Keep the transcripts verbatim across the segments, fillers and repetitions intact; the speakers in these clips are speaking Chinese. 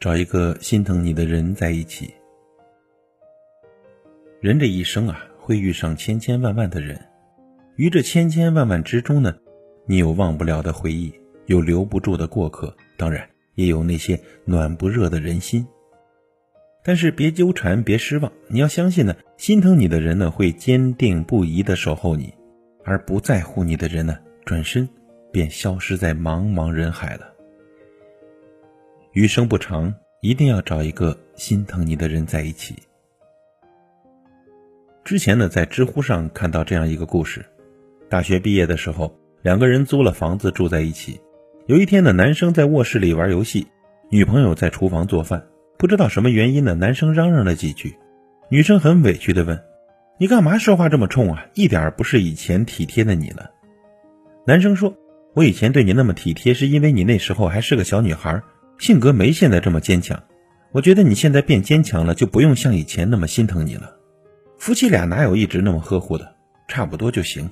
找一个心疼你的人在一起。人这一生啊，会遇上千千万万的人，于这千千万万之中呢，你有忘不了的回忆，有留不住的过客，当然也有那些暖不热的人心。但是别纠缠，别失望，你要相信呢，心疼你的人呢，会坚定不移地守候你，而不在乎你的人呢，转身便消失在茫茫人海了。余生不长，一定要找一个心疼你的人在一起。之前呢，在知乎上看到这样一个故事，大学毕业的时候，两个人租了房子住在一起。有一天呢，男生在卧室里玩游戏，女朋友在厨房做饭。不知道什么原因呢，男生嚷嚷了几句，女生很委屈地问：你干嘛说话这么冲啊？一点不是以前体贴的你了。男生说：我以前对你那么体贴，是因为你那时候还是个小女孩，性格没现在这么坚强。我觉得你现在变坚强了，就不用像以前那么心疼你了。夫妻俩哪有一直那么呵护的，差不多就行。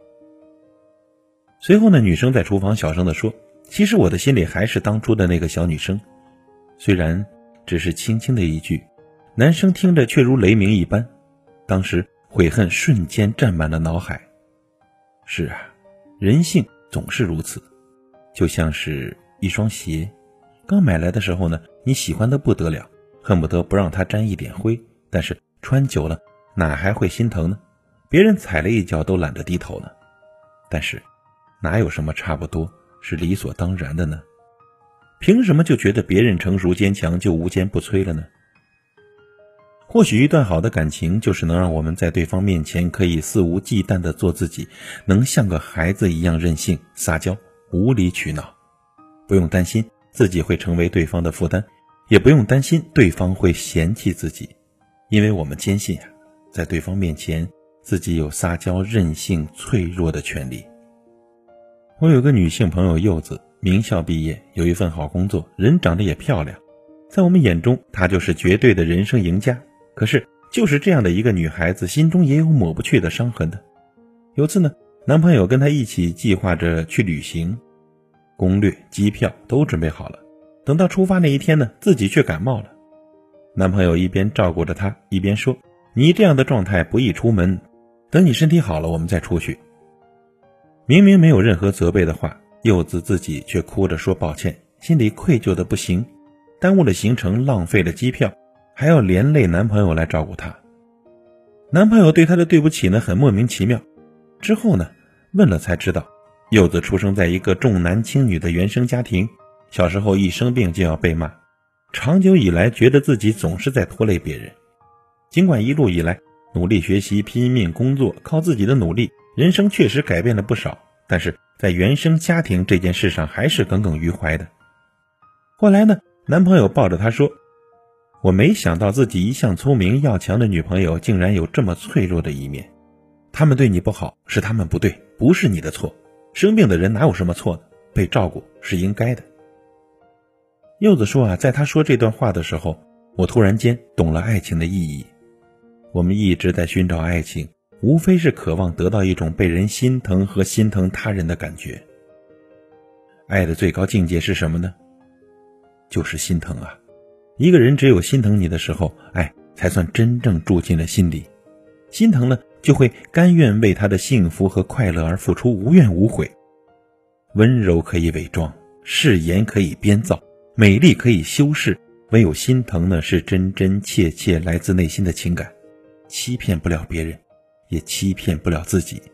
随后呢，女生在厨房小声地说：其实我的心里还是当初的那个小女生。虽然只是轻轻的一句，男生听着却如雷鸣一般，当时悔恨瞬间占满了脑海。是啊，人性总是如此，就像是一双鞋，刚买来的时候呢，你喜欢的不得了，恨不得不让它沾一点灰，但是穿久了哪还会心疼呢？别人踩了一脚都懒得低头呢。但是哪有什么差不多是理所当然的呢？凭什么就觉得别人成熟坚强就无坚不摧了呢？或许一段好的感情就是能让我们在对方面前可以肆无忌惮地做自己，能像个孩子一样任性撒娇，无理取闹，不用担心自己会成为对方的负担，也不用担心对方会嫌弃自己，因为我们坚信啊，在对方面前自己有撒娇任性脆弱的权利。我有个女性朋友柚子，名校毕业，有一份好工作，人长得也漂亮，在我们眼中她就是绝对的人生赢家。可是就是这样的一个女孩子，心中也有抹不去的伤痕的。有次呢，男朋友跟她一起计划着去旅行，攻略机票都准备好了，等到出发那一天呢，自己却感冒了。男朋友一边照顾着她，一边说：你这样的状态不宜出门，等你身体好了我们再出去。明明没有任何责备的话，柚子自己却哭着说抱歉，心里愧疚的不行，耽误了行程，浪费了机票，还要连累男朋友来照顾她。男朋友对她的对不起呢，很莫名其妙。之后呢，问了才知道，柚子出生在一个重男轻女的原生家庭，小时候一生病就要被骂，长久以来觉得自己总是在拖累别人。尽管一路以来努力学习，拼命工作，靠自己的努力，人生确实改变了不少，但是在原生家庭这件事上还是耿耿于怀的。后来呢，男朋友抱着她说：我没想到自己一向聪明要强的女朋友竟然有这么脆弱的一面，他们对你不好是他们不对，不是你的错，生病的人哪有什么错呢？被照顾是应该的。柚子说啊，在她说这段话的时候，我突然间懂了爱情的意义。我们一直在寻找爱情，无非是渴望得到一种被人心疼和心疼他人的感觉。爱的最高境界是什么呢？就是心疼啊。一个人只有心疼你的时候，爱才算真正住进了心里。心疼了，就会甘愿为他的幸福和快乐而付出，无怨无悔。温柔可以伪装，誓言可以编造，美丽可以修饰，唯有心疼呢，是真真切切来自内心的情感，欺骗不了别人，也欺骗不了自己。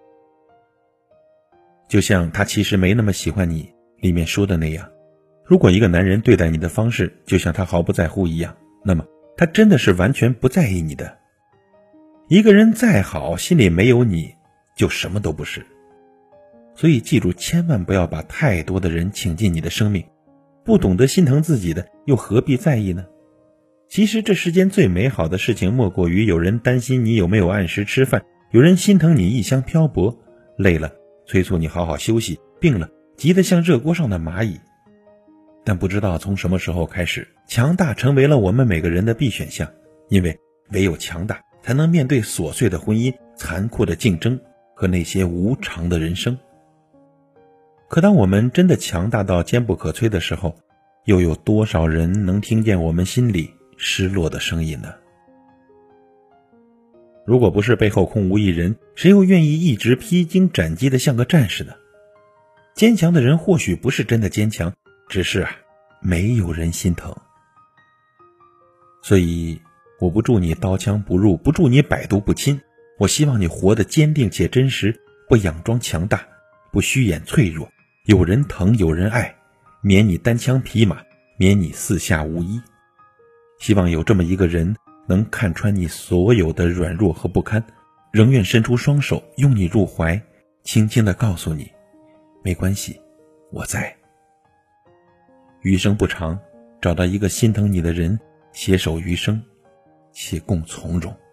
就像他其实没那么喜欢你里面说的那样，如果一个男人对待你的方式就像他毫不在乎一样，那么他真的是完全不在意你的。一个人再好，心里没有你就什么都不是。所以记住，千万不要把太多的人请进你的生命，不懂得心疼自己的又何必在意呢？其实这世间最美好的事情莫过于有人担心你有没有按时吃饭，有人心疼你异乡漂泊，累了催促你好好休息，病了急得像热锅上的蚂蚁。但不知道从什么时候开始，强大成为了我们每个人的必选项，因为唯有强大才能面对琐碎的婚姻、残酷的竞争和那些无常的人生。可当我们真的强大到坚不可摧的时候， 又有多少人能听见我们心里失落的声音呢？如果不是背后空无一人，谁又愿意一直披荆斩棘的像个战士呢？坚强的人或许不是真的坚强，只是啊，没有人心疼。所以我不祝你刀枪不入，不祝你百毒不侵，我希望你活得坚定且真实，不佯装强大，不虚掩脆弱，有人疼有人爱，免你单枪匹马，免你四下无依。希望有这么一个人，能看穿你所有的软弱和不堪，仍愿伸出双手拥你入怀，轻轻地告诉你，没关系，我在。余生不长，找到一个心疼你的人，携手余生，且共从容。